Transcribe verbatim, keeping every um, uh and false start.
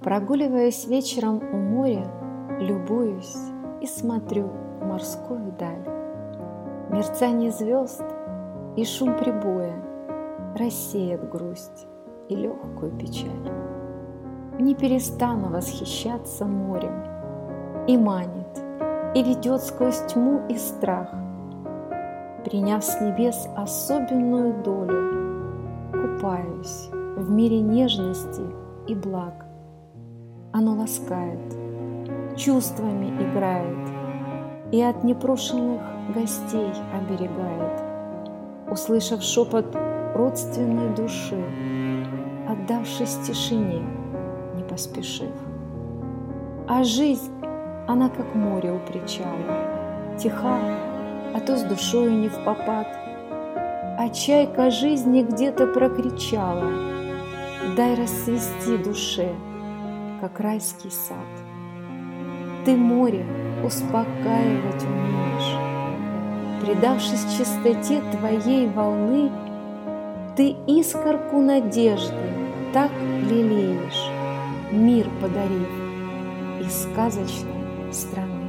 Прогуливаясь вечером у моря, любуюсь и смотрю в морскую даль. Мерцание звезд и шум прибоя рассеят грусть и легкую печаль. Не перестану восхищаться морем, и манит, и ведет сквозь тьму и страх. Приняв с небес особенную долю, купаюсь в мире нежности и благ. Оно ласкает, чувствами играет и от непрошенных гостей оберегает, услышав шепот родственной души, отдавшись тишине, не поспешив. А жизнь, она как море у причала, тиха, а то с душою не впопад. А чайка жизни где-то прокричала: дай расцвести душе, как райский сад. Ты море успокаивать умеешь, предавшись чистоте твоей волны, ты искорку надежды так лелеешь, мир подарив из сказочной страны.